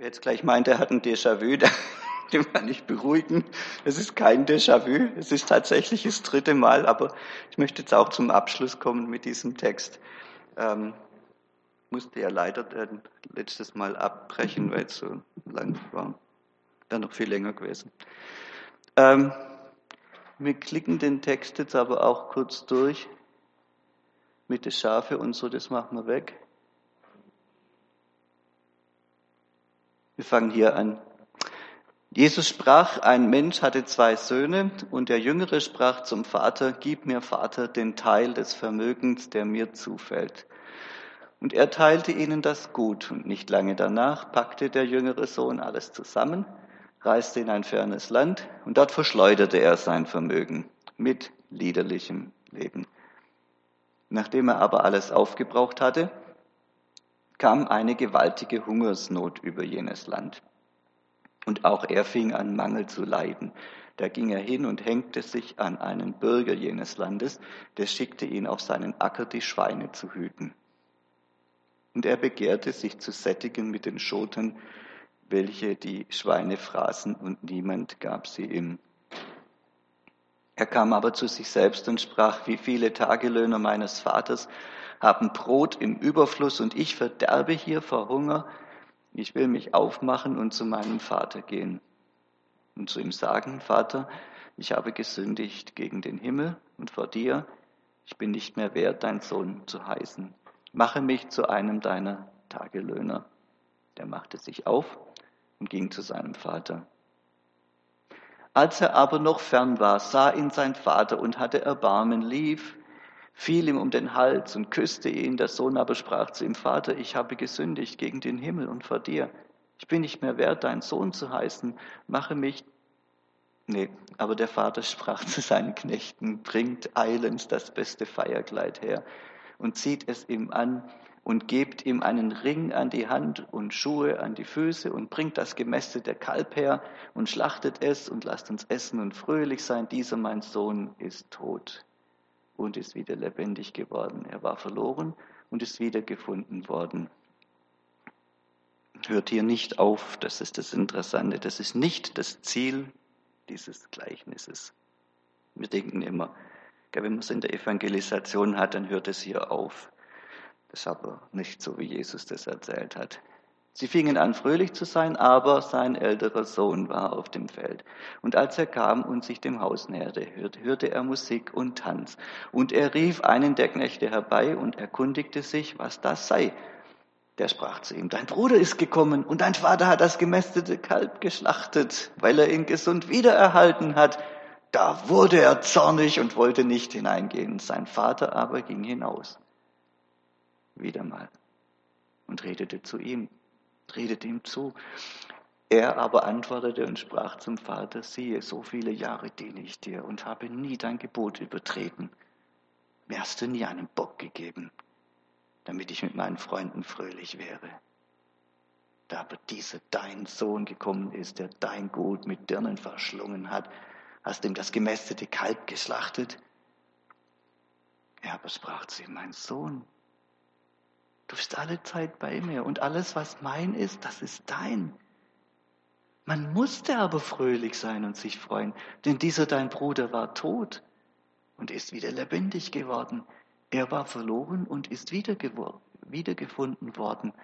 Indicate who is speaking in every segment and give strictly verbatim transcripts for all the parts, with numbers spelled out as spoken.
Speaker 1: Wer jetzt gleich meint, er hat ein Déjà-vu, den kann ich beruhigen. Es ist kein Déjà-vu, es ist tatsächlich das dritte Mal, aber ich möchte jetzt auch zum Abschluss kommen mit diesem Text. Ähm, musste ja leider äh, letztes Mal abbrechen, weil es so lang war. Wäre noch viel länger gewesen. Ähm, wir klicken den Text jetzt aber auch kurz durch. Mit den Schafe und so, das machen wir weg. Wir fangen hier an. Jesus sprach, ein Mensch hatte zwei Söhne, und der Jüngere sprach zum Vater, gib mir, Vater, den Teil des Vermögens, der mir zufällt. Und er teilte ihnen das Gut, und nicht lange danach packte der jüngere Sohn alles zusammen, reiste in ein fernes Land, und dort verschleuderte er sein Vermögen mit liederlichem Leben. Nachdem er aber alles aufgebraucht hatte, kam eine gewaltige Hungersnot über jenes Land. Und auch er fing an, Mangel zu leiden. Da ging er hin und hängte sich an einen Bürger jenes Landes, der schickte ihn auf seinen Acker, die Schweine zu hüten. Und er begehrte, sich zu sättigen mit den Schoten, welche die Schweine fraßen, und niemand gab sie ihm. Er kam aber zu sich selbst und sprach, wie viele Tagelöhner meines Vaters haben Brot im Überfluss, und ich verderbe hier vor Hunger. Ich will mich aufmachen und zu meinem Vater gehen und zu ihm sagen, Vater, ich habe gesündigt gegen den Himmel und vor dir. Ich bin nicht mehr wert, dein Sohn zu heißen. Mache mich zu einem deiner Tagelöhner. Der machte sich auf und ging zu seinem Vater. Als er aber noch fern war, sah ihn sein Vater und hatte Erbarmen, lief, fiel ihm um den Hals und küsste ihn. Der Sohn aber sprach zu ihm, Vater, ich habe gesündigt gegen den Himmel und vor dir. Ich bin nicht mehr wert, dein Sohn zu heißen. Mache mich... Nee, aber der Vater sprach zu seinen Knechten, bringt eilends das beste Feierkleid her und zieht es ihm an und gebt ihm einen Ring an die Hand und Schuhe an die Füße und bringt das gemästete Kalb her und schlachtet es und lasst uns essen und fröhlich sein. Dieser, mein Sohn, ist tot und ist wieder lebendig geworden. Er war verloren und ist wiedergefunden worden. Hört hier nicht auf, das ist das Interessante. Das ist nicht das Ziel dieses Gleichnisses. Wir denken immer, wenn man es in der Evangelisation hat, dann hört es hier auf. Das ist aber nicht so, wie Jesus das erzählt hat. Sie fingen an, fröhlich zu sein, aber sein älterer Sohn war auf dem Feld. Und als er kam und sich dem Haus näherte, hörte er Musik und Tanz. Und er rief einen der Knechte herbei und erkundigte sich, was das sei. Der sprach zu ihm, dein Bruder ist gekommen und dein Vater hat das gemästete Kalb geschlachtet, weil er ihn gesund wiedererhalten hat. Da wurde er zornig und wollte nicht hineingehen. Sein Vater aber ging hinaus. Wieder mal. Und redete zu ihm, redete ihm zu. Er aber antwortete und sprach zum Vater, siehe, so viele Jahre diene ich dir und habe nie dein Gebot übertreten. Mir hast du nie einen Bock gegeben, damit ich mit meinen Freunden fröhlich wäre. Da aber dieser dein Sohn gekommen ist, der dein Gut mit Dirnen verschlungen hat, hast du ihm das gemästete Kalb geschlachtet? Er aber sprach zu ihm, mein Sohn, du bist alle Zeit bei mir und alles, was mein ist, das ist dein. Man musste aber fröhlich sein und sich freuen, denn dieser dein Bruder war tot und ist wieder lebendig geworden. Er war verloren und ist wiedergefunden worden.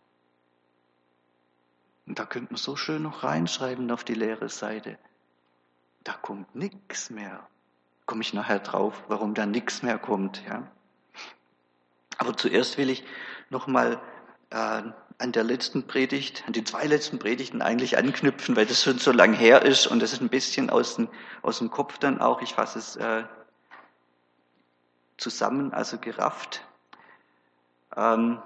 Speaker 1: Und da könnte man so schön noch reinschreiben auf die leere Seite. Da kommt nichts mehr. Komme ich nachher drauf, warum da nichts mehr kommt. Ja? Aber zuerst will ich nochmal äh, an der letzten Predigt, an die zwei letzten Predigten eigentlich anknüpfen, weil das schon so lang her ist und das ist ein bisschen aus dem, aus dem Kopf dann auch. Ich fasse es äh, zusammen, also gerafft. Ähm,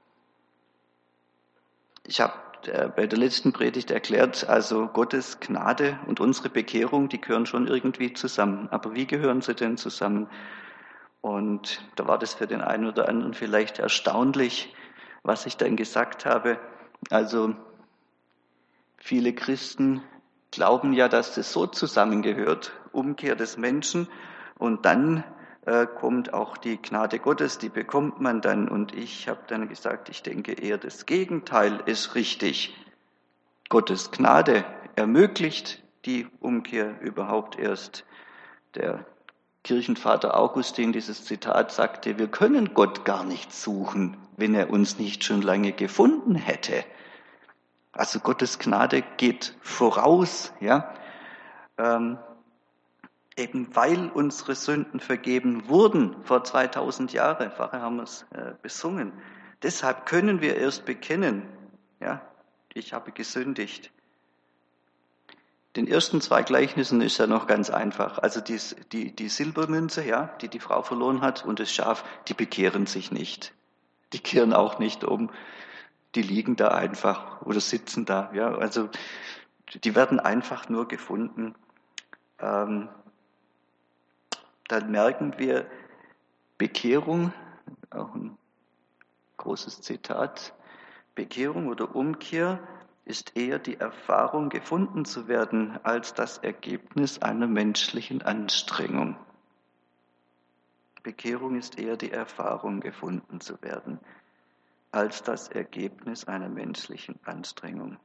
Speaker 1: ich habe äh, bei der letzten Predigt erklärt, also Gottes Gnade und unsere Bekehrung, die gehören schon irgendwie zusammen. Aber wie gehören sie denn zusammen? Und da war das für den einen oder anderen vielleicht erstaunlich, was ich dann gesagt habe. Also viele Christen glauben ja, dass das so zusammengehört, Umkehr des Menschen und dann äh, kommt auch die Gnade Gottes, die bekommt man dann. Und ich habe dann gesagt, ich denke eher das Gegenteil ist richtig. Gottes Gnade ermöglicht die Umkehr überhaupt erst. Der Kirchenvater Augustin, dieses Zitat, sagte, wir können Gott gar nicht suchen, wenn er uns nicht schon lange gefunden hätte. Also Gottes Gnade geht voraus, ja, ähm, eben weil unsere Sünden vergeben wurden vor zweitausend Jahren. Vorher haben wir es äh, besungen. Deshalb können wir erst bekennen, ja, ich habe gesündigt. Den ersten zwei Gleichnissen ist ja noch ganz einfach. Also die, die, die Silbermünze, ja, die die Frau verloren hat, und das Schaf, die bekehren sich nicht. Die kehren auch nicht um. Die liegen da einfach oder sitzen da. Ja, also die werden einfach nur gefunden. Ähm, dann merken wir, Bekehrung, auch ein großes Zitat, Bekehrung oder Umkehr ist eher die Erfahrung, gefunden zu werden, als das Ergebnis einer menschlichen Anstrengung. Bekehrung ist eher die Erfahrung, gefunden zu werden, als das Ergebnis einer menschlichen Anstrengung.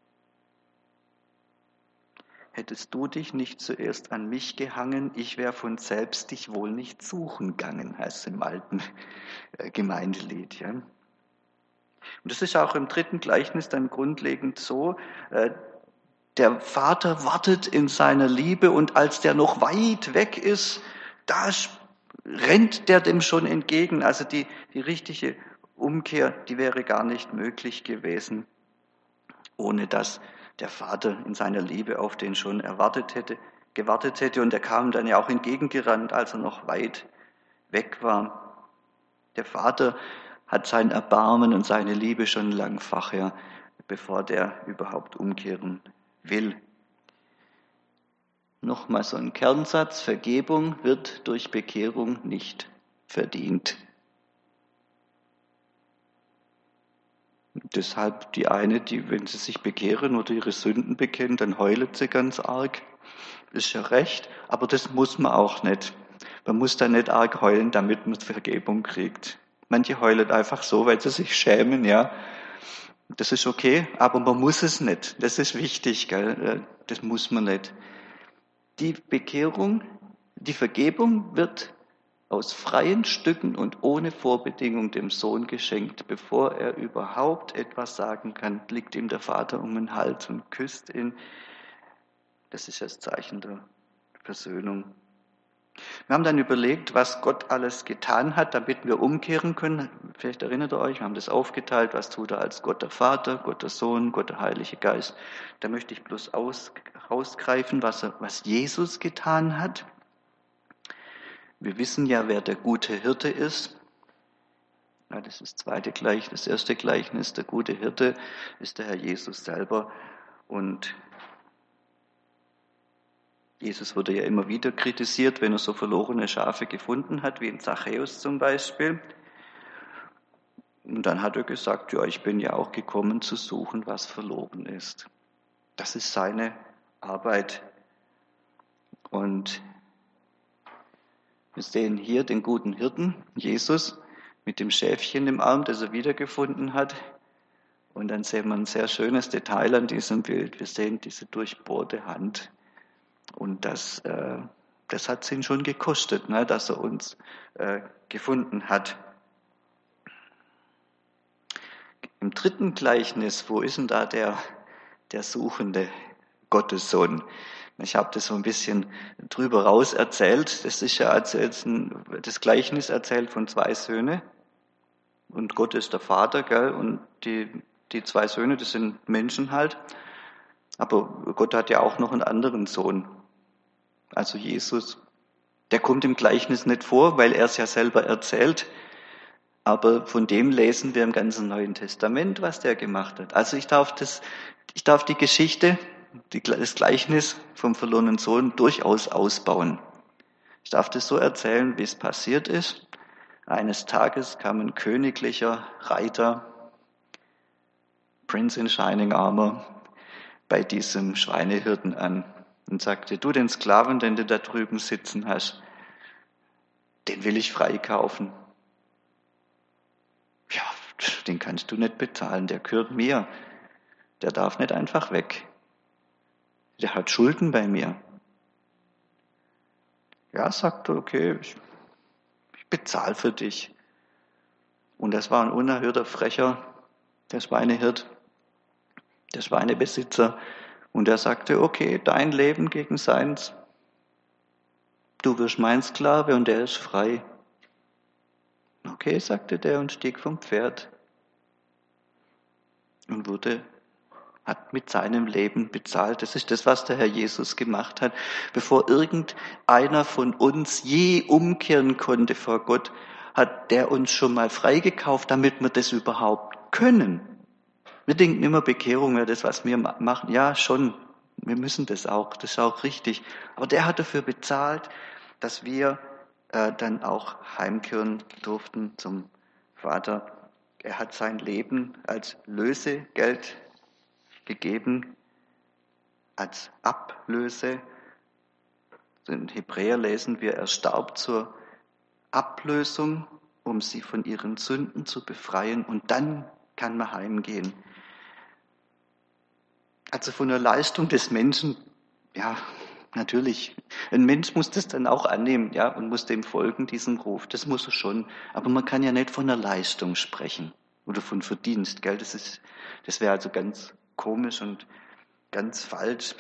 Speaker 1: Hättest du dich nicht zuerst an mich gehangen, ich wäre von selbst dich wohl nicht suchen gegangen, heißt es im alten Gemeindelied. Ja. Und das ist auch im dritten Gleichnis dann grundlegend so, der Vater wartet in seiner Liebe und als der noch weit weg ist, da rennt der dem schon entgegen. Also die, die richtige Umkehr, die wäre gar nicht möglich gewesen, ohne dass der Vater in seiner Liebe auf den schon erwartet hätte, gewartet hätte. Und er kam dann ja auch entgegengerannt, als er noch weit weg war. Der Vater hat sein Erbarmen und seine Liebe schon lang vorher, bevor der überhaupt umkehren will. Nochmal so ein Kernsatz: Vergebung wird durch Bekehrung nicht verdient. Deshalb die eine, die, wenn sie sich bekehren oder ihre Sünden bekennen, dann heulet sie ganz arg. Ist ja recht, aber das muss man auch nicht. Man muss da nicht arg heulen, damit man Vergebung kriegt. Manche heulen einfach so, weil sie sich schämen, ja. Das ist okay, aber man muss es nicht. Das ist wichtig, gell? Das muss man nicht. Die Bekehrung, die Vergebung wird aus freien Stücken und ohne Vorbedingung dem Sohn geschenkt. Bevor er überhaupt etwas sagen kann, liegt ihm der Vater um den Hals und küsst ihn. Das ist das Zeichen der Versöhnung. Wir haben dann überlegt, was Gott alles getan hat, damit wir umkehren können. Vielleicht erinnert ihr euch, wir haben das aufgeteilt, was tut er als Gott der Vater, Gott der Sohn, Gott der Heilige Geist. Da möchte ich bloß aus, rausgreifen, was, er, was Jesus getan hat. Wir wissen ja, wer der gute Hirte ist. Ja, das ist das zweite Gleichnis. Das erste Gleichnis, der gute Hirte, ist der Herr Jesus selber. Und Jesus wurde ja immer wieder kritisiert, wenn er so verlorene Schafe gefunden hat, wie in Zachäus zum Beispiel. Und dann hat er gesagt, ja, ich bin ja auch gekommen zu suchen, was verloren ist. Das ist seine Arbeit. Und wir sehen hier den guten Hirten, Jesus, mit dem Schäfchen im Arm, das er wiedergefunden hat. Und dann sehen wir ein sehr schönes Detail an diesem Bild. Wir sehen diese durchbohrte Hand. Und das, äh, das hat es ihn schon gekostet, ne, dass er uns äh, gefunden hat. Im dritten Gleichnis, wo ist denn da der, der suchende Gottessohn? Ich habe das so ein bisschen drüber raus erzählt. Das ist ja also jetzt ein, das Gleichnis erzählt von zwei Söhnen. Und Gott ist der Vater, gell? Und die, die zwei Söhne, das sind Menschen halt. Aber Gott hat ja auch noch einen anderen Sohn. Also Jesus. Der kommt im Gleichnis nicht vor, weil er es ja selber erzählt. Aber von dem lesen wir im ganzen Neuen Testament, was der gemacht hat. Also ich darf das, ich darf die Geschichte, die, das Gleichnis vom verlorenen Sohn durchaus ausbauen. Ich darf das so erzählen, wie es passiert ist. Eines Tages kam ein königlicher Reiter, Prince in Shining Armor, bei diesem Schweinehirten an und sagte, du, den Sklaven, den du da drüben sitzen hast, den will ich freikaufen. Ja, den kannst du nicht bezahlen, der gehört mir. der darf nicht einfach weg. Der hat Schulden bei mir. Ja, sagt er, okay, ich, ich bezahle für dich. Und das war ein unerhörter Frecher, der Schweinehirt, der Schweinebesitzer. Und er sagte, okay, dein Leben gegen seins. Du wirst mein Sklave und er ist frei. Okay, sagte der und stieg vom Pferd und wurde, hat mit seinem Leben bezahlt. Das ist das, was der Herr Jesus gemacht hat. Bevor irgendeiner von uns je umkehren konnte vor Gott, hat der uns schon mal freigekauft, damit wir das überhaupt können. Wir denken immer, Bekehrung wäre das, was wir machen. Ja, schon. Wir müssen das auch. Das ist auch richtig. Aber der hat dafür bezahlt, dass wir äh, dann auch heimkehren durften zum Vater. Er hat sein Leben als Lösegeld gegeben, als Ablöse. In Hebräer lesen wir, er starb zur Ablösung, um sie von ihren Sünden zu befreien, und dann kann man heimgehen. Also von der Leistung des Menschen, ja, natürlich. Ein Mensch muss das dann auch annehmen, ja, und muss dem folgen, diesem Ruf. Das muss er schon. Aber man kann ja nicht von der Leistung sprechen oder von Verdienst, gell? Das ist, das wäre also ganz komisch und ganz falsch.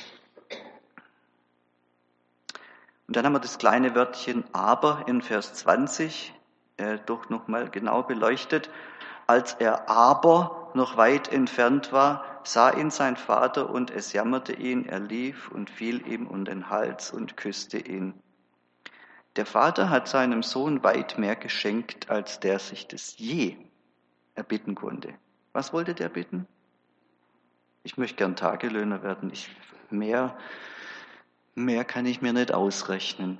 Speaker 1: Und dann haben wir das kleine Wörtchen aber in Vers zwanzig äh, doch nochmal genau beleuchtet. Als er aber noch weit entfernt war, sah ihn sein Vater und es jammerte ihn. Er lief und fiel ihm um den Hals und küsste ihn. Der Vater hat seinem Sohn weit mehr geschenkt, als der sich das je erbitten konnte. Was wollte der bitten? Ich möchte gern Tagelöhner werden. Ich, mehr, mehr kann ich mir nicht ausrechnen.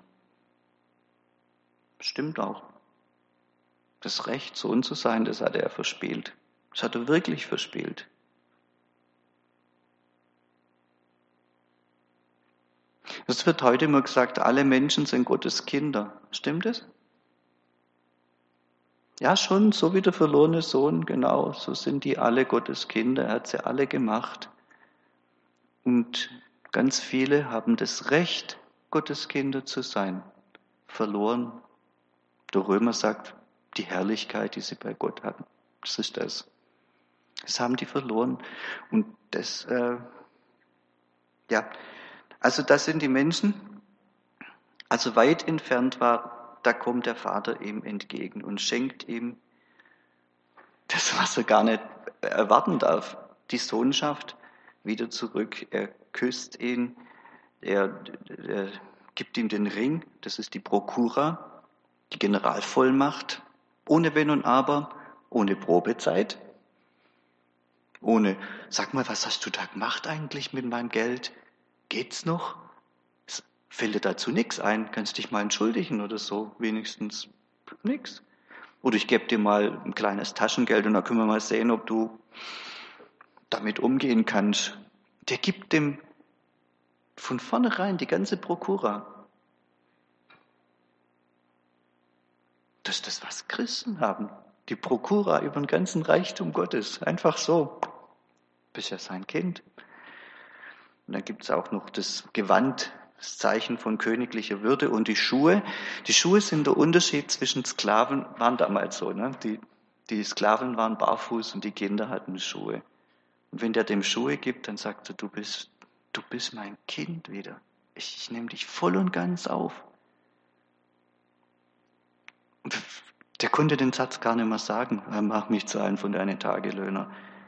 Speaker 1: Stimmt auch. Das Recht, Sohn zu sein, das hat er verspielt. Das hat er wirklich verspielt. Es wird heute immer gesagt, alle Menschen sind Gottes Kinder. Stimmt es? Ja, schon, so wie der verlorene Sohn, genau, so sind die alle Gottes Kinder. Er hat sie alle gemacht. Und ganz viele haben das Recht, Gottes Kinder zu sein, verloren. Der Römer sagt, die Herrlichkeit, die sie bei Gott hatten. Das ist das. Das haben die verloren. Und das, äh, ja, also das sind die Menschen, also weit entfernt war, da kommt der Vater ihm entgegen und schenkt ihm das, was er gar nicht erwarten darf, die Sohnschaft wieder zurück. Er küsst ihn, er, er gibt ihm den Ring, das ist die Prokura, die Generalvollmacht, ohne Wenn und Aber, ohne Probezeit, ohne, sag mal, was hast du da gemacht eigentlich mit meinem Geld? Geht's noch? Es fällt dir dazu nichts ein, kannst dich mal entschuldigen oder so, wenigstens nichts. Oder ich gebe dir mal ein kleines Taschengeld und dann können wir mal sehen, ob du damit umgehen kannst. Der gibt dem von vornherein die ganze Prokura. Das ist das, was Christen haben. Die Prokura über den ganzen Reichtum Gottes. Einfach so. Bist ja sein Kind. Und dann gibt es auch noch das Gewand, das Zeichen von königlicher Würde, und die Schuhe. Die Schuhe sind der Unterschied zwischen Sklaven, waren damals so, ne? Die, die Sklaven waren barfuß und die Kinder hatten Schuhe. Und wenn der dem Schuhe gibt, dann sagt er, du bist, du bist mein Kind wieder. Ich, ich nehme dich voll und ganz auf. Und der konnte den Satz gar nicht mehr sagen, mach mich zu einem von deinen Tagelöhner.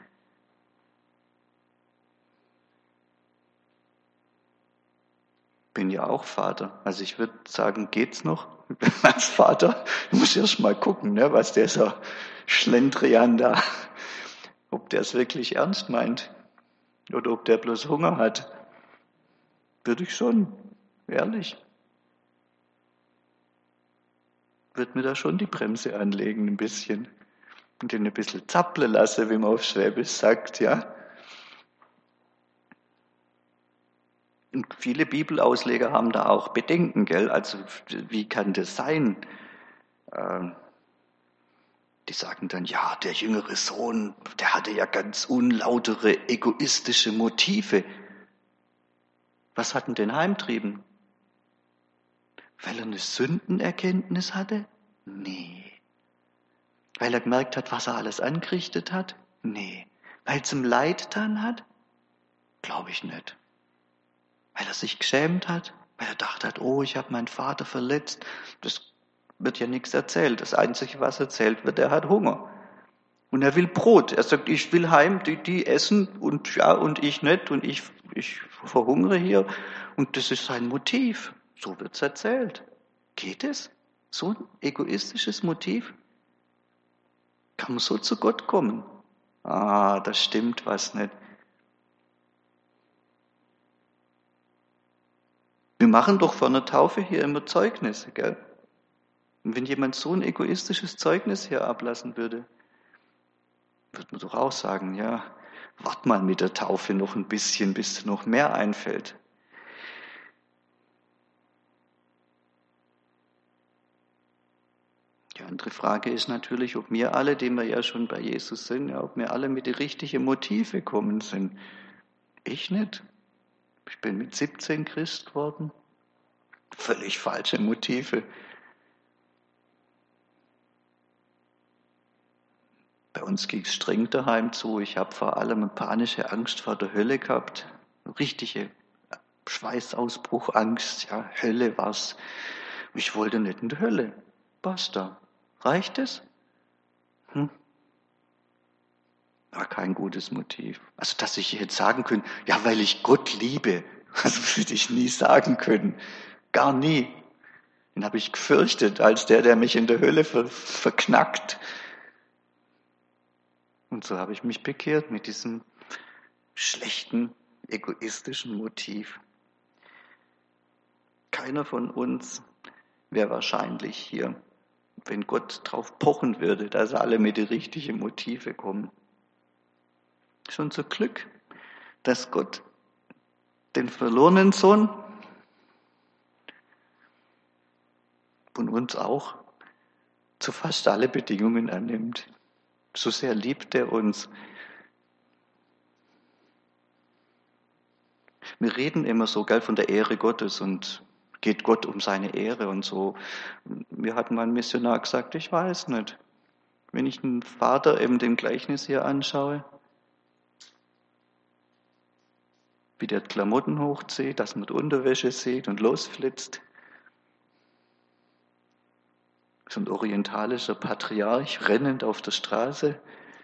Speaker 1: Bin ja auch Vater. Also ich würde sagen, geht's noch? Als Vater, du musst erst mal gucken, ne, was der so Schlendrian da, ob der es wirklich ernst meint oder ob der bloß Hunger hat. Würde ich schon, ehrlich. Würde mir da schon die Bremse anlegen ein bisschen und den ein bisschen zapple lasse, wie man auf Schwäbisch sagt, ja. Und viele Bibelausleger haben da auch Bedenken, gell? Also wie kann das sein? Ähm, Die sagen dann, ja, der jüngere Sohn, der hatte ja ganz unlautere, egoistische Motive. Was hat ihn denn heimtrieben? Weil er eine Sündenerkenntnis hatte? Nee. Weil er gemerkt hat, was er alles angerichtet hat? Nee. Weil es ihm leid getan hat? Glaube ich nicht. Weil er sich geschämt hat? Weil er dachte hat, oh, ich habe meinen Vater verletzt. Das wird ja nichts erzählt. Das Einzige, was erzählt wird, er hat Hunger. Und er will Brot. Er sagt, ich will heim, die, die essen und ja, und ich nicht und ich, ich verhungere hier. Und das ist sein Motiv. So wird's erzählt. Geht es? So ein egoistisches Motiv? Kann man so zu Gott kommen? Ah, da stimmt was nicht. Wir machen doch vor einer Taufe hier immer Zeugnisse, gell? Und wenn jemand so ein egoistisches Zeugnis hier ablassen würde, würde man doch auch sagen, ja, wart mal mit der Taufe noch ein bisschen, bis dir noch mehr einfällt. Die andere Frage ist natürlich, ob wir alle, die wir ja schon bei Jesus sind, ja, ob wir alle mit den richtigen Motive gekommen sind. Ich nicht. Ich bin mit siebzehn Christ geworden. Völlig falsche Motive. Bei uns ging es streng daheim zu. Ich habe vor allem eine panische Angst vor der Hölle gehabt. Eine richtige Schweißausbruch, Angst. Ja, Hölle war's. Ich wollte nicht in die Hölle. Basta. Reicht es? Hm? War kein gutes Motiv. Also, dass ich jetzt sagen könnte, ja, weil ich Gott liebe. Das würde ich nie sagen können. Gar nie. Den habe ich gefürchtet als der, der mich in der Hölle ver verknackt. Und so habe ich mich bekehrt mit diesem schlechten, egoistischen Motiv. Keiner von uns wäre wahrscheinlich hier, wenn Gott drauf pochen würde, dass alle mit den richtigen Motive kommen. Schon so Glück, dass Gott den verlorenen Sohn und uns auch zu fast alle Bedingungen annimmt. So sehr liebt er uns. Wir reden immer so, gell, von der Ehre Gottes und geht Gott um seine Ehre und so. Mir hat mal ein Missionar gesagt, ich weiß nicht. Wenn ich den Vater eben dem Gleichnis hier anschaue, wie der Klamotten hochzieht, dass man die Unterwäsche sieht und losflitzt. So ein orientalischer Patriarch rennend auf der Straße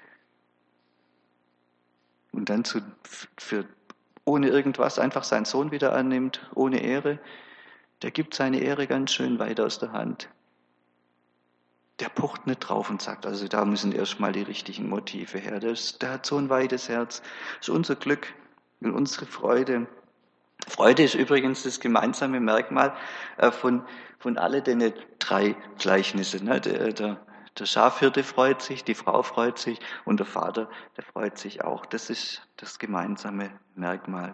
Speaker 1: und dann zu, für, ohne irgendwas einfach seinen Sohn wieder annimmt, ohne Ehre, der gibt seine Ehre ganz schön weit aus der Hand. Der pocht nicht drauf und sagt, also da müssen erstmal die richtigen Motive her. Der, ist, der hat so ein weites Herz. Das ist unser Glück und unsere Freude. Freude ist übrigens das gemeinsame Merkmal von, von alle den drei Gleichnissen. Der, der, der Schafhirte freut sich, die Frau freut sich und der Vater, der freut sich auch. Das ist das gemeinsame Merkmal.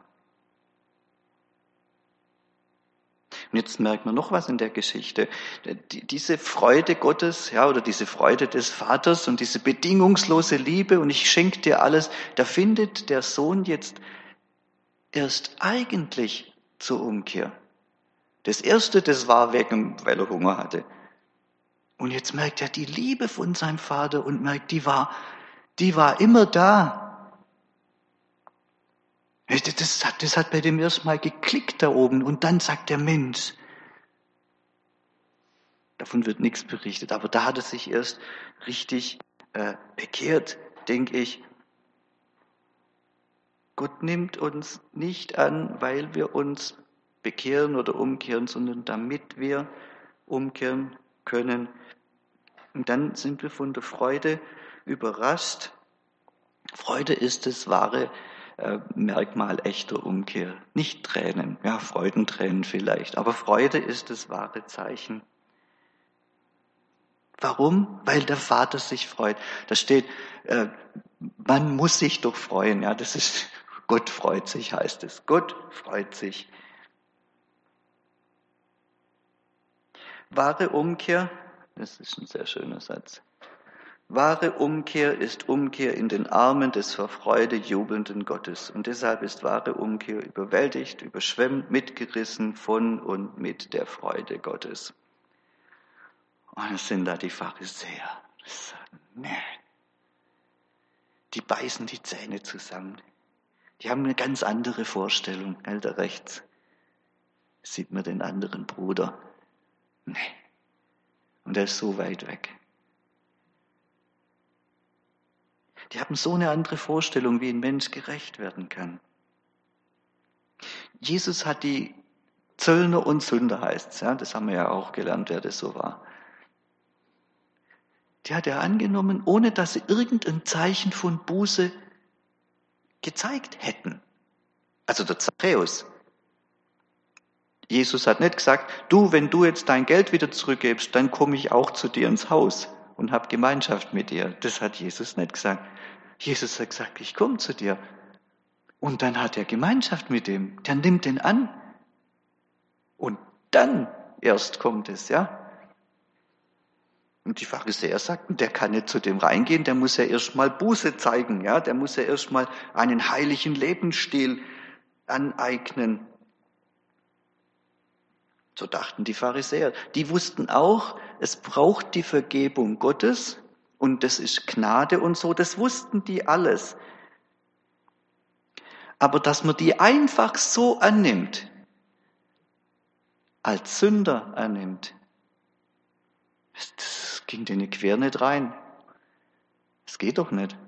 Speaker 1: Und jetzt merkt man noch was in der Geschichte. Diese Freude Gottes, ja, oder diese Freude des Vaters und diese bedingungslose Liebe und ich schenke dir alles, da findet der Sohn jetzt erst eigentlich zur Umkehr. Das erste, das war wegen, weil er Hunger hatte. Und jetzt merkt er die Liebe von seinem Vater und merkt, die war, die war immer da. Das hat, das hat bei dem ersten Mal geklickt da oben und dann sagt der Mensch, davon wird nichts berichtet, aber da hat er sich erst richtig äh, bekehrt, denke ich. Gott nimmt uns nicht an, weil wir uns bekehren oder umkehren, sondern damit wir umkehren können. Und dann sind wir von der Freude überrascht. Freude ist das wahre äh, Merkmal echter Umkehr. Nicht Tränen, ja, Freudentränen vielleicht, aber Freude ist das wahre Zeichen. Warum? Weil der Vater sich freut. Da steht, äh, man muss sich doch freuen. Ja, das ist, Gott freut sich, heißt es. Gott freut sich. Wahre Umkehr, das ist ein sehr schöner Satz. Wahre Umkehr ist Umkehr in den Armen des vor Freude jubelnden Gottes. Und deshalb ist wahre Umkehr überwältigt, überschwemmt, mitgerissen von und mit der Freude Gottes. Und es sind da die Pharisäer. Die sagen, nee. Die beißen die Zähne zusammen. Die haben eine ganz andere Vorstellung. Da rechts sieht man den anderen Bruder. Nee. Und er ist so weit weg. Die haben so eine andere Vorstellung, wie ein Mensch gerecht werden kann. Jesus hat die Zöllner und Sünder, heißt's, ja, das haben wir ja auch gelernt, wer das so war. Die hat er angenommen, ohne dass sie irgendein Zeichen von Buße gezeigt hätten. Also der Zachäus. Jesus hat nicht gesagt, du, wenn du jetzt dein Geld wieder zurückgibst, dann komme ich auch zu dir ins Haus und habe Gemeinschaft mit dir. Das hat Jesus nicht gesagt. Jesus hat gesagt, ich komme zu dir. Und dann hat er Gemeinschaft mit ihm. Der nimmt den an. Und dann erst kommt es, ja. Und die Pharisäer sagten, der kann nicht zu dem reingehen, der muss ja erstmal Buße zeigen, ja. Der muss ja erstmal einen heiligen Lebensstil aneignen. So dachten die Pharisäer. Die wussten auch, es braucht die Vergebung Gottes und das ist Gnade und so, das wussten die alles. Aber dass man die einfach so annimmt, als Sünder annimmt, das ging denen quer nicht rein. Das geht doch nicht.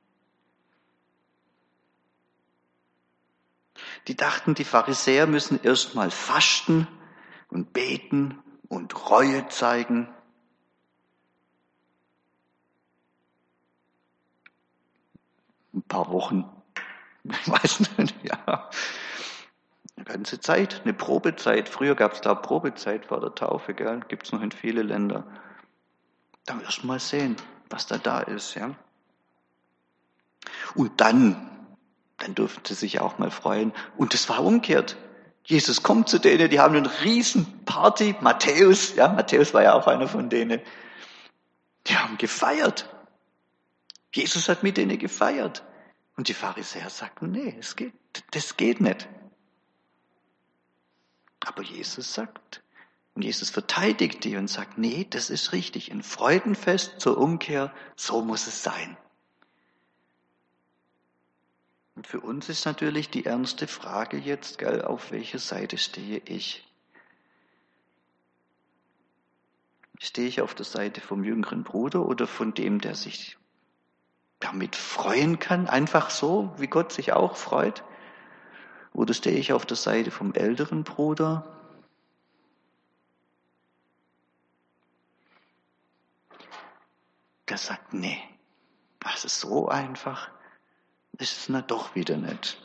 Speaker 1: Die dachten, die Pharisäer müssen erstmal fasten und beten und Reue zeigen. Ein paar Wochen, ich weiß nicht, ja. Eine ganze Zeit, eine Probezeit. Früher gab es da Probezeit vor der Taufe, gell? Gibt es noch in viele Länder. Dann erst mal sehen, was da da ist, ja. Und dann, dann durften sie sich auch mal freuen. Und es war umgekehrt. Jesus kommt zu denen, die haben eine riesen Party. Matthäus, ja, Matthäus war ja auch einer von denen. Die haben gefeiert. Jesus hat mit denen gefeiert. Und die Pharisäer sagten, nee, es geht, das geht nicht. Aber Jesus sagt, und Jesus verteidigt die und sagt, nee, das ist richtig. Ein Freudenfest zur Umkehr, so muss es sein. Und für uns ist natürlich die ernste Frage jetzt, gell, auf welcher Seite stehe ich? Stehe ich auf der Seite vom jüngeren Bruder oder von dem, der sich damit freuen kann, einfach so, wie Gott sich auch freut? Oder stehe ich auf der Seite vom älteren Bruder? Der sagt, nee, das ist so einfach, ist es na doch wieder nicht.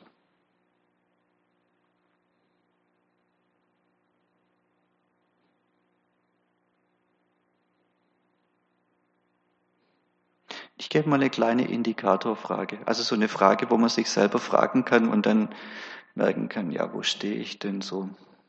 Speaker 1: Ich gebe mal eine kleine Indikatorfrage, also so eine Frage, wo man sich selber fragen kann und dann merken kann, ja, wo stehe ich denn so?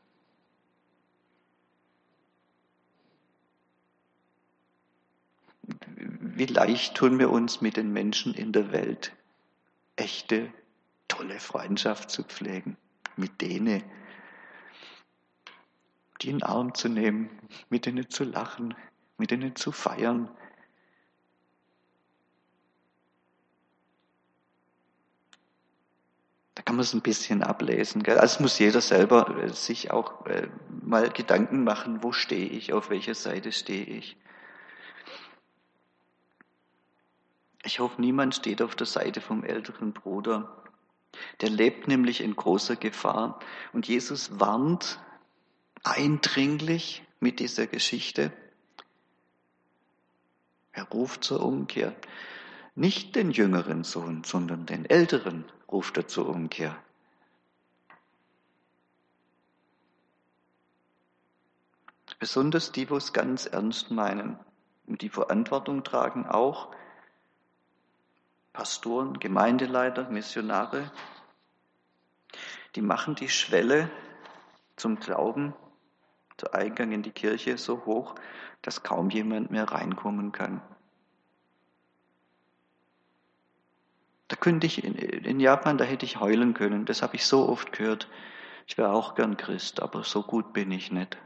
Speaker 1: Wie leicht tun wir uns mit den Menschen in der Welt, echte, tolle Freundschaft zu pflegen, mit denen, die in den Arm zu nehmen, mit denen zu lachen, mit denen zu feiern. Da kann man es ein bisschen ablesen. Gell? Also muss jeder selber äh, sich auch äh, mal Gedanken machen, wo stehe ich, auf welcher Seite stehe ich. Ich hoffe, niemand steht auf der Seite vom älteren Bruder. Der lebt nämlich in großer Gefahr. Und Jesus warnt eindringlich mit dieser Geschichte. Er ruft zur Umkehr. Nicht den jüngeren Sohn, sondern den älteren ruft er zur Umkehr. Besonders die, wo es ganz ernst meinen und die Verantwortung tragen, auch Pastoren, Gemeindeleiter, Missionare, die machen die Schwelle zum Glauben, der Eingang in die Kirche so hoch, dass kaum jemand mehr reinkommen kann. Da könnte ich in, in Japan, da hätte ich heulen können. Das habe ich so oft gehört. Ich wäre auch gern Christ, aber so gut bin ich nicht.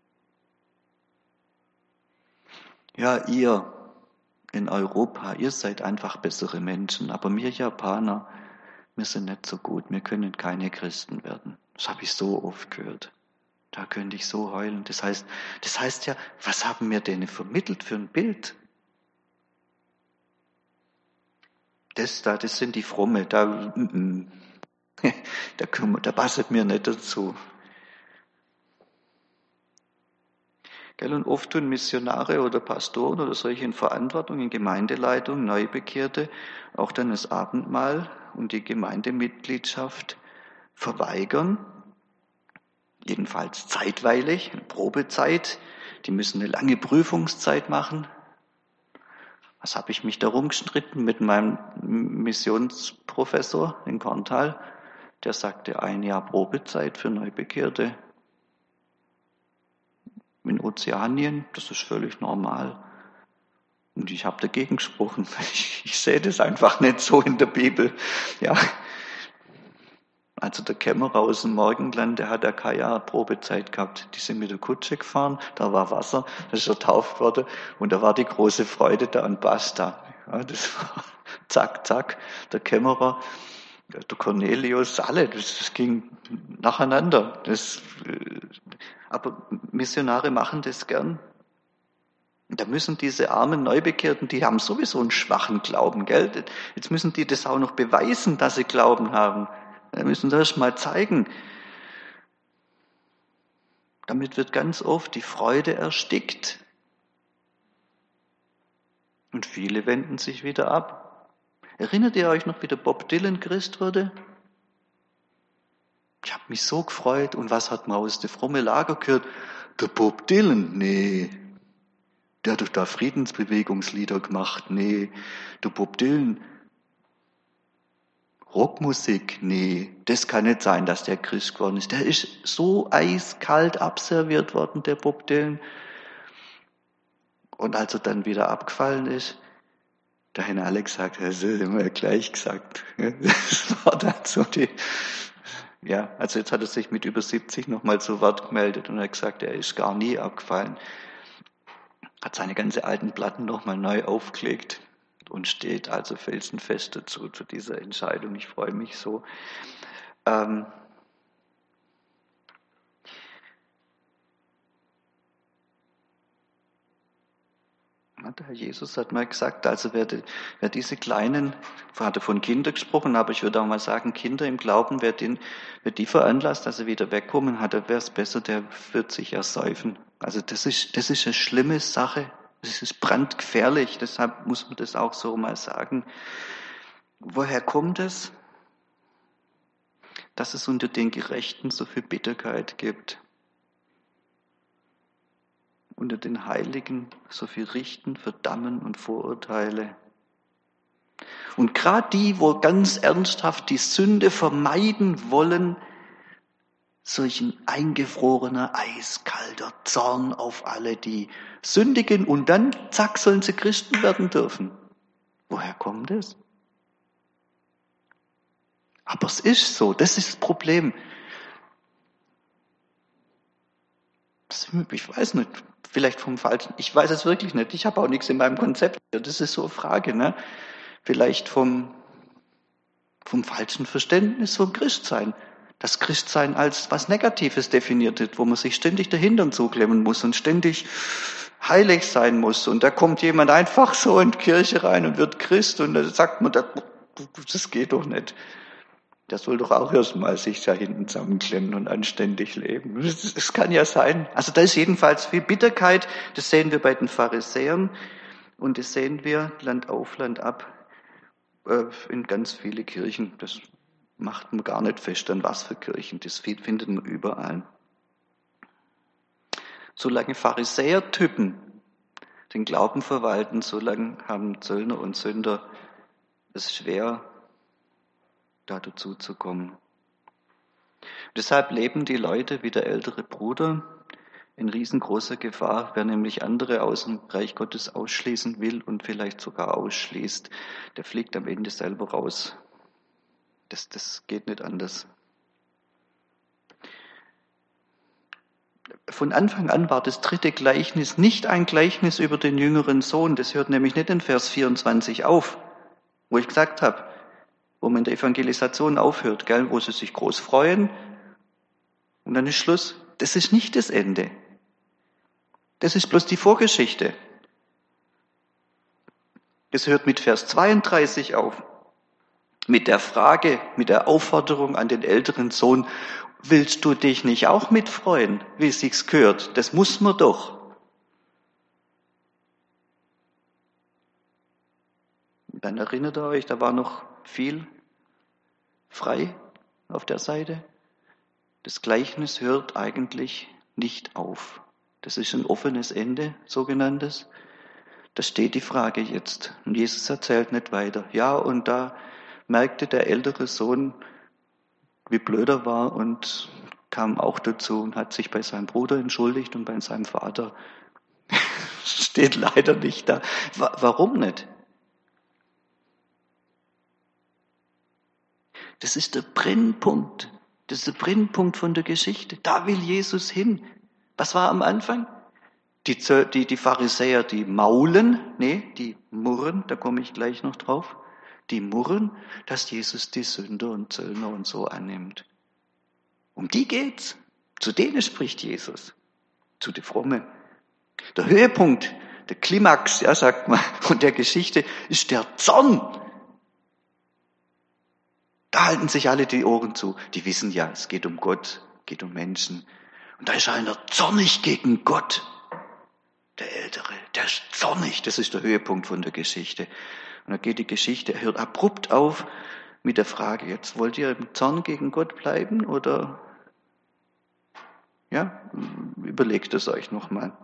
Speaker 1: Ja, ihr in Europa, ihr seid einfach bessere Menschen, aber wir Japaner, wir sind nicht so gut, wir können keine Christen werden. Das habe ich so oft gehört. Da könnte ich so heulen. Das heißt, das heißt ja, was haben wir denen vermittelt für ein Bild? Das da, das sind die Fromme, da, mm, mm. da, können wir, da passt mir nicht dazu. Gell, und oft tun Missionare oder Pastoren oder solche in Verantwortung, in Gemeindeleitung, Neubekehrte, auch dann das Abendmahl und die Gemeindemitgliedschaft verweigern. Jedenfalls zeitweilig, eine Probezeit. Die müssen eine lange Prüfungszeit machen. Was habe ich mich darum gestritten mit meinem Missionsprofessor in Korntal? Der sagte, ein Jahr Probezeit für Neubekehrte. In Ozeanien, das ist völlig normal. Und ich habe dagegen gesprochen. Ich, ich sehe das einfach nicht so in der Bibel. Ja. Also der Kämmerer aus dem Morgenland, der hat ja kein Jahr Probezeit gehabt. Die sind mit der Kutsche gefahren, da war Wasser, da ist er tauft worden und da war die große Freude da und basta. Ja, das war zack, zack, der Kämmerer, der Cornelius, alle, das, das ging nacheinander. Das, aber Missionare machen das gern. Da müssen diese armen Neubekehrten, die haben sowieso einen schwachen Glauben, gell? Jetzt müssen die das auch noch beweisen, dass sie Glauben haben. Wir müssen das mal zeigen. Damit wird ganz oft die Freude erstickt. Und viele wenden sich wieder ab. Erinnert ihr euch noch, wie der Bob Dylan Christ wurde? Ich habe mich so gefreut. Und was hat man aus dem frommen Lager gehört? Der Bob Dylan? Nee. Der hat doch da Friedensbewegungslieder gemacht. Nee. Der Bob Dylan... Rockmusik, nee, das kann nicht sein, dass der Christ geworden ist. Der ist so eiskalt abserviert worden, der Bob Dylan. Und als er dann wieder abgefallen ist, da haben alle gesagt, das haben wir ja gleich gesagt. Das war dann so die, ja, also jetzt hat er sich mit über siebzig nochmal zu Wort gemeldet und hat gesagt, er ist gar nie abgefallen. Hat seine ganzen alten Platten nochmal neu aufgelegt. Und steht also felsenfest dazu, zu dieser Entscheidung. Ich freue mich so. Ähm der Herr Jesus hat mal gesagt, also wer, die, wer diese kleinen, hat er von Kindern gesprochen, aber ich würde auch mal sagen, Kinder im Glauben, wer, den, wer die veranlasst, dass sie wieder wegkommen, hat, wäre es besser, der wird sich ersäufen. Also das ist, das ist eine schlimme Sache. Das ist brandgefährlich, deshalb muss man das auch so mal sagen. Woher kommt es? Dass es unter den Gerechten so viel Bitterkeit gibt. Unter den Heiligen so viel Richten, Verdammen und Vorurteile. Und gerade die, wo ganz ernsthaft die Sünde vermeiden wollen, solch ein eingefrorener, eiskalter Zorn auf alle, die sündigen und dann, zack, sollen sie Christen werden dürfen. Woher kommt es? Aber es ist so, das ist das Problem. Ich weiß nicht, vielleicht vom Falschen, ich weiß es wirklich nicht, ich habe auch nichts in meinem Konzept, das ist so eine Frage, ne? Vielleicht vom, vom falschen Verständnis vom Christsein. Das Christsein als was Negatives definiert wird, wo man sich ständig dahinter zuklemmen muss und ständig heilig sein muss. Und da kommt jemand einfach so in die Kirche rein und wird Christ und da sagt man, das, das geht doch nicht. Der soll doch auch erstmal sich da hinten zusammenklemmen und anständig leben. Das, das kann ja sein. Also da ist jedenfalls viel Bitterkeit. Das sehen wir bei den Pharisäern und das sehen wir Land auf, Land ab äh, in ganz viele Kirchen. Das macht man gar nicht fest, an was für Kirchen. Das findet man überall. Solange Pharisäertypen den Glauben verwalten, solange haben Zöllner und Sünder es schwer, da dazu zu kommen. Deshalb leben die Leute wie der ältere Bruder in riesengroßer Gefahr, wer nämlich andere aus dem Reich Gottes ausschließen will und vielleicht sogar ausschließt, der fliegt am Ende selber raus. Das, das geht nicht anders. Von Anfang an war das dritte Gleichnis nicht ein Gleichnis über den jüngeren Sohn. Das hört nämlich nicht in Vers vierundzwanzig auf, wo ich gesagt habe, wo man in der Evangelisation aufhört, gell, wo sie sich groß freuen und dann ist Schluss. Das ist nicht das Ende. Das ist bloß die Vorgeschichte. Das hört mit Vers zweiunddreißig auf. Mit der Frage, mit der Aufforderung an den älteren Sohn, willst du dich nicht auch mitfreuen, wie es sich gehört? Das muss man doch. Dann erinnert ihr euch, da war noch viel frei auf der Seite. Das Gleichnis hört eigentlich nicht auf. Das ist ein offenes Ende, sogenanntes. Da steht die Frage jetzt. Und Jesus erzählt nicht weiter. Ja, und da merkte der ältere Sohn, wie blöd er war und kam auch dazu und hat sich bei seinem Bruder entschuldigt und bei seinem Vater. Steht leider nicht da. Warum nicht? Das ist der Brennpunkt. Das ist der Brennpunkt von der Geschichte. Da will Jesus hin. Was war am Anfang? Die, die, die Pharisäer, die maulen, nee, die murren, da komme ich gleich noch drauf. Die murren, dass Jesus die Sünder und Zöllner und so annimmt. Um die geht's. Zu denen spricht Jesus. Zu den Frommen. Der Höhepunkt, der Klimax, ja, sagt man, von der Geschichte ist der Zorn. Da halten sich alle die Ohren zu. Die wissen ja, es geht um Gott, geht um Menschen. Und da ist einer zornig gegen Gott. Der Ältere, der ist zornig. Das ist der Höhepunkt von der Geschichte. Und dann geht die Geschichte, hört abrupt auf mit der Frage, jetzt wollt ihr im Zorn gegen Gott bleiben oder, ja, überlegt es euch nochmal.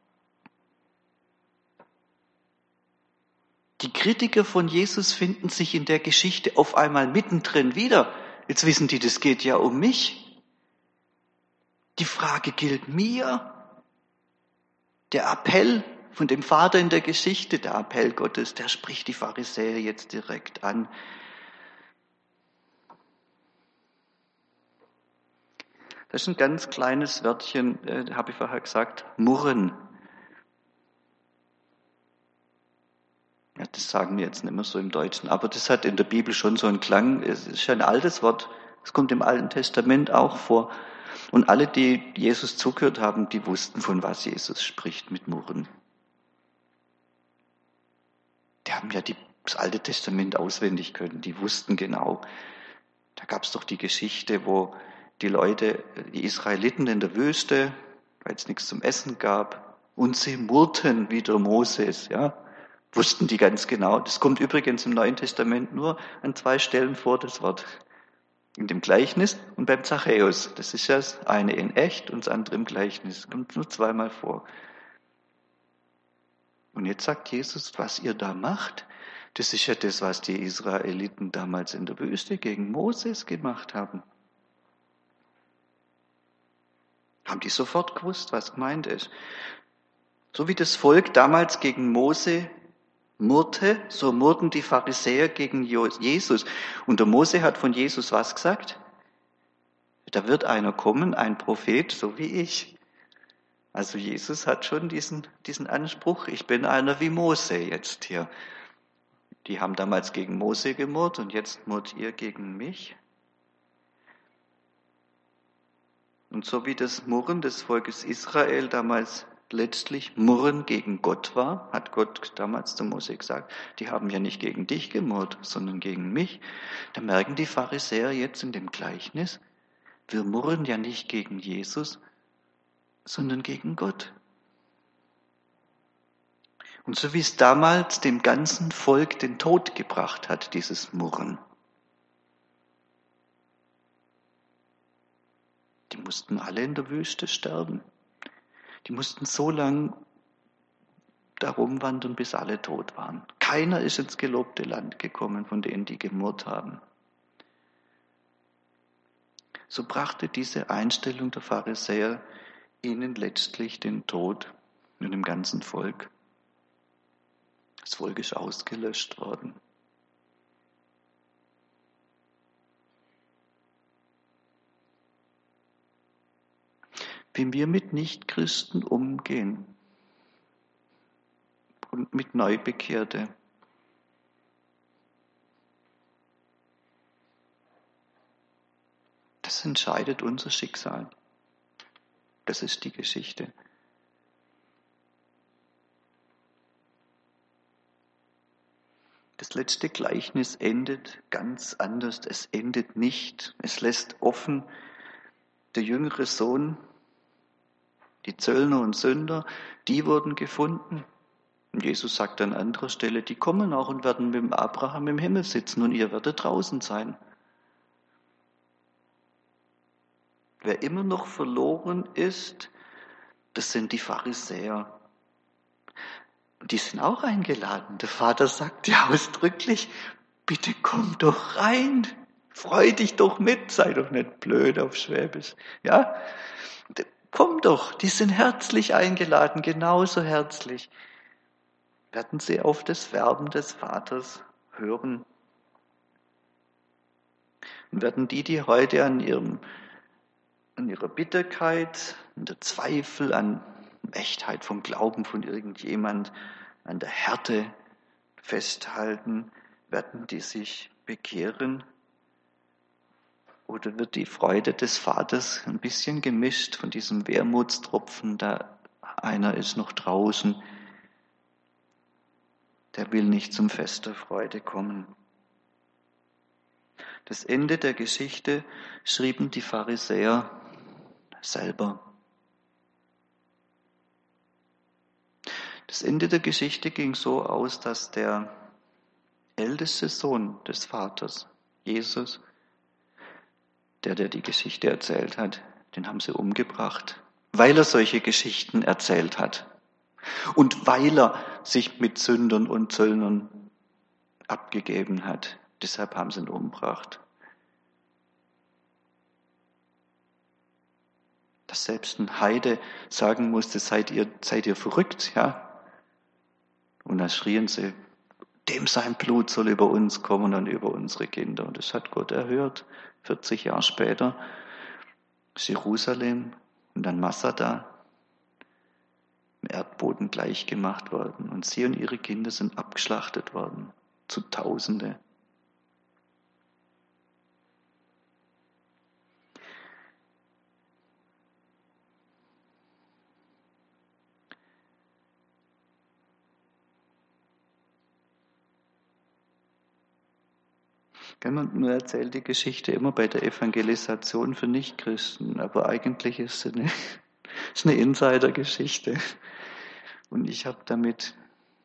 Speaker 1: Die Kritiker von Jesus finden sich in der Geschichte auf einmal mittendrin wieder. Jetzt wissen die, das geht ja um mich. Die Frage gilt mir. Der Appell von dem Vater in der Geschichte, der Appell Gottes, der spricht die Pharisäer jetzt direkt an. Das ist ein ganz kleines Wörtchen, äh, habe ich vorher gesagt, murren. Ja, das sagen wir jetzt nicht mehr so im Deutschen, aber das hat in der Bibel schon so einen Klang. Es ist ein altes Wort, es kommt im Alten Testament auch vor. Und alle, die Jesus zugehört haben, die wussten, von was Jesus spricht mit Murren. Die haben ja die, das Alte Testament auswendig können, die wussten genau. Da gab es doch die Geschichte, wo die Leute, die Israeliten in der Wüste, weil es nichts zum Essen gab, und sie murrten wieder Moses, ja, wussten die ganz genau. Das kommt übrigens im Neuen Testament nur an zwei Stellen vor, das Wort. In dem Gleichnis und beim Zachäus. Das ist ja das eine in echt und das andere im Gleichnis. Kommt nur zweimal vor. Und jetzt sagt Jesus, was ihr da macht, das ist ja das, was die Israeliten damals in der Wüste gegen Moses gemacht haben. Haben die sofort gewusst, was gemeint ist. So wie das Volk damals gegen Mose murrte, so murrten die Pharisäer gegen Jesus. Und der Mose hat von Jesus was gesagt? Da wird einer kommen, ein Prophet, so wie ich. Also Jesus hat schon diesen, diesen Anspruch, ich bin einer wie Mose jetzt hier. Die haben damals gegen Mose gemurrt und jetzt murrt ihr gegen mich. Und so wie das Murren des Volkes Israel damals letztlich Murren gegen Gott war, hat Gott damals zu Mose gesagt, die haben ja nicht gegen dich gemurrt, sondern gegen mich. Da merken die Pharisäer jetzt in dem Gleichnis, wir murren ja nicht gegen Jesus, sondern gegen Gott. Und so wie es damals dem ganzen Volk den Tod gebracht hat, dieses Murren. Die mussten alle in der Wüste sterben. Die mussten so lang darum wandern, bis alle tot waren. Keiner ist ins gelobte Land gekommen, von denen die gemurrt haben. So brachte diese Einstellung der Pharisäer ihnen letztlich den Tod und dem ganzen Volk. Das Volk ist ausgelöscht worden. Wie wir mit Nichtchristen umgehen und mit Neubekehrte. Das entscheidet unser Schicksal. Das ist die Geschichte. Das letzte Gleichnis endet ganz anders. Es endet nicht. Es lässt offen, der jüngere Sohn, die Zöllner und Sünder, die wurden gefunden. Und Jesus sagt an anderer Stelle, die kommen auch und werden mit dem Abraham im Himmel sitzen und ihr werdet draußen sein. Wer immer noch verloren ist, das sind die Pharisäer. Und die sind auch eingeladen. Der Vater sagt ja ausdrücklich, bitte komm doch rein, freu dich doch mit, sei doch nicht blöd auf Schwäbisch. Ja, komm doch, die sind herzlich eingeladen, genauso herzlich. Werden sie auf das Werben des Vaters hören. Und werden die, die heute an ihrem an ihrer Bitterkeit, an der Zweifel, an Echtheit vom Glauben von irgendjemand, an der Härte festhalten, werden die sich bekehren? Oder wird die Freude des Vaters ein bisschen gemischt von diesem Wermutstropfen, da einer ist noch draußen, der will nicht zum Fest der Freude kommen? Das Ende der Geschichte schrieben die Pharisäer selber. Das Ende der Geschichte ging so aus, dass der älteste Sohn des Vaters, Jesus, der, der die Geschichte erzählt hat, den haben sie umgebracht, weil er solche Geschichten erzählt hat und weil er sich mit Sündern und Zöllnern abgegeben hat. Deshalb haben sie ihn umgebracht. Dass selbst ein Heide sagen musste, seid ihr, seid ihr verrückt, ja? Und da schrien sie, dem sein Blut soll über uns kommen und über unsere Kinder. Und das hat Gott erhört. vierzig Jahre später ist Jerusalem und dann Masada im Erdboden gleichgemacht worden. Und sie und ihre Kinder sind abgeschlachtet worden. Zu Tausende. Man erzählt die Geschichte immer bei der Evangelisation für Nichtchristen, aber eigentlich ist es eine, ist eine Insider-Geschichte. Und ich habe damit,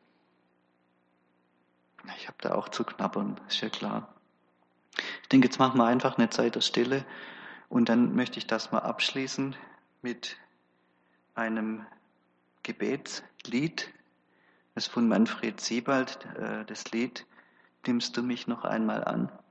Speaker 1: ich habe da auch zu knabbern, ist ja klar. Ich denke, jetzt machen wir einfach eine Zeit der Stille und dann möchte ich das mal abschließen mit einem Gebetslied, das von Manfred Siebald, das Lied Nimmst du mich noch einmal an?